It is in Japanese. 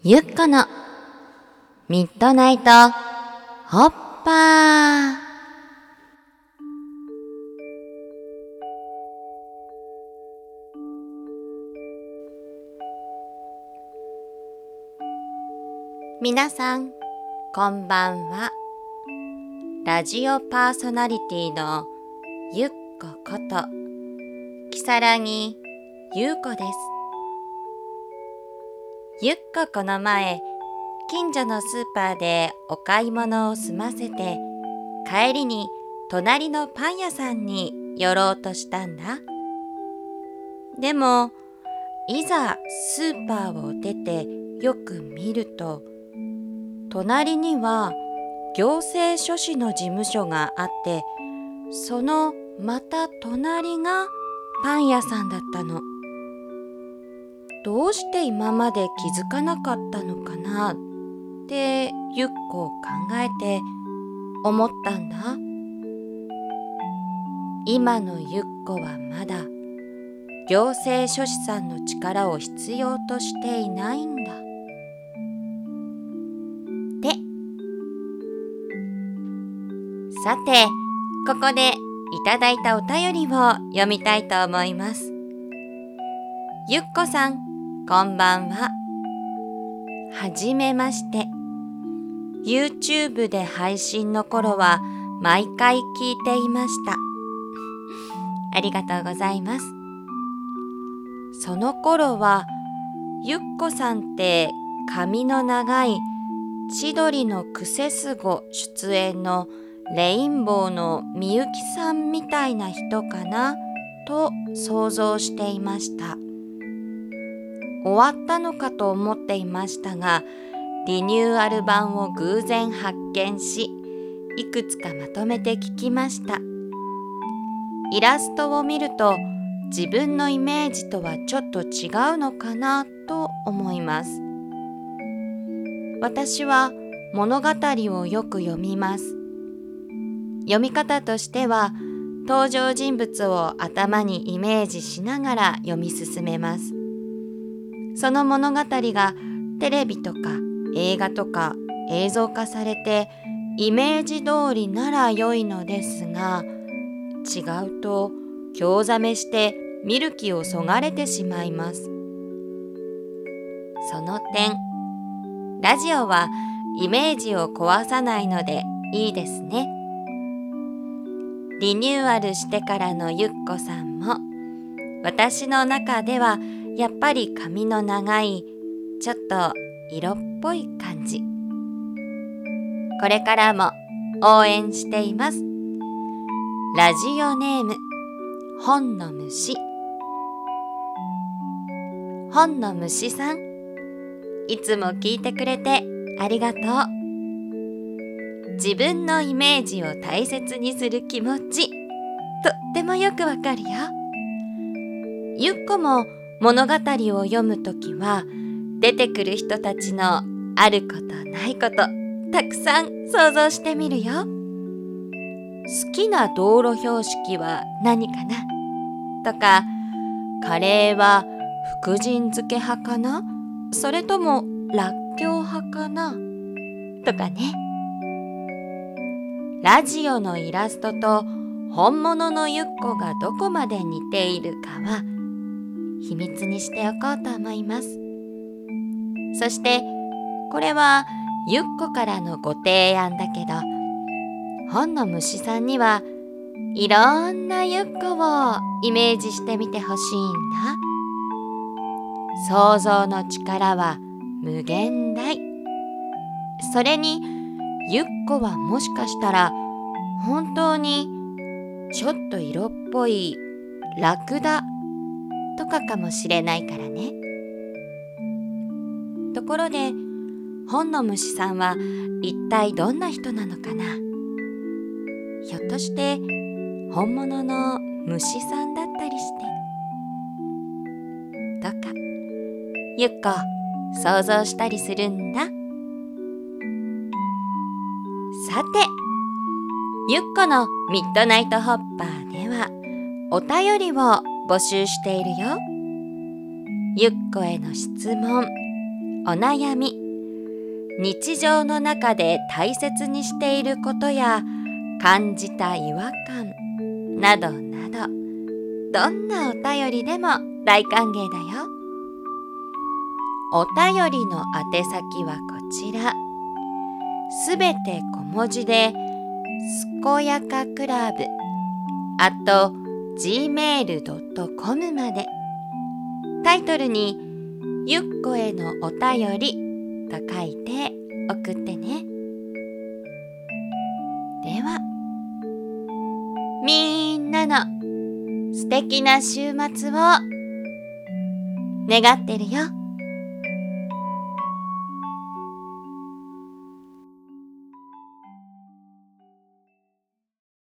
ゆっこのミッドナイトホッパー。皆さんこんばんは。ラジオパーソナリティのゆっここときさらぎゆうこです。ゆっここの前近所のスーパーでお買い物を済ませて帰りに隣のパン屋さんに寄ろうとしたんだ。でもいざスーパーを出てよく見ると、隣には行政書士の事務所があって、そのまた隣がパン屋さんだったの。どうして今まで気づかなかったのかなってゆっこを考えて思ったんだ。今のゆっこはまだ行政書士さんの力を必要としていないんだ。で、さて、ここでいただいたお便りを読みたいと思います。ゆっこさん、こんばんは。はじめまして。YouTube で配信の頃は毎回聞いていました。ありがとうございます。その頃はゆっこさんって髪の長い千鳥のクセスゴ出演のレインボーのみゆきさんみたいな人かなと想像していました。終わったのかと思っていましたが、リニューアル版を偶然発見し、いくつかまとめて聞きました。イラストを見ると自分のイメージとはちょっと違うのかなと思います。私は物語をよく読みます。読み方としては登場人物を頭にイメージしながら読み進めます。その物語がテレビとか映画とか映像化されてイメージ通りなら良いのですが、違うと興ざめして見る気をそがれてしまいます。その点、ラジオはイメージを壊さないのでいいですね。リニューアルしてからのゆっこさんも、私の中ではやっぱり髪の長いちょっと色っぽい感じ。これからも応援しています。ラジオネーム本の虫。本の虫さん、いつも聞いてくれてありがとう。自分のイメージを大切にする気持ち、とってもよくわかるよ。ゆっこも物語を読むときは、出てくる人たちのあることないこと、たくさん想像してみるよ。好きな道路標識は何かなとか、カレーは福神漬け派かな、それともらっきょう派かなとかね。ラジオのイラストと本物のゆっこがどこまで似ているかは秘密にしておこうと思います。そしてこれはゆっこからのご提案だけど、本の虫さんにはいろんなゆっこをイメージしてみてほしいんだ。想像の力は無限大。それにゆっこはもしかしたら本当にちょっと色っぽいラクダとかかもしれないからね。ところで本の虫さんは一体どんな人なのかな。ひょっとして本物の虫さんだったりして。とかゆっこ想像したりするんだ。さて、ゆっこのミッドナイトホッパーではお便りを募集しているよ。ゆっこへの質問、 お悩み、日常の中で大切にしていることや感じた違和感などなど、どんなお便りでも大歓迎だよ。お便りの宛先はこちら。すべて小文字で、すこやかクラブ@gmail.com まで。タイトルにゆっこへのお便りと書いて送ってね。では、みんなの素敵な週末を願ってるよ。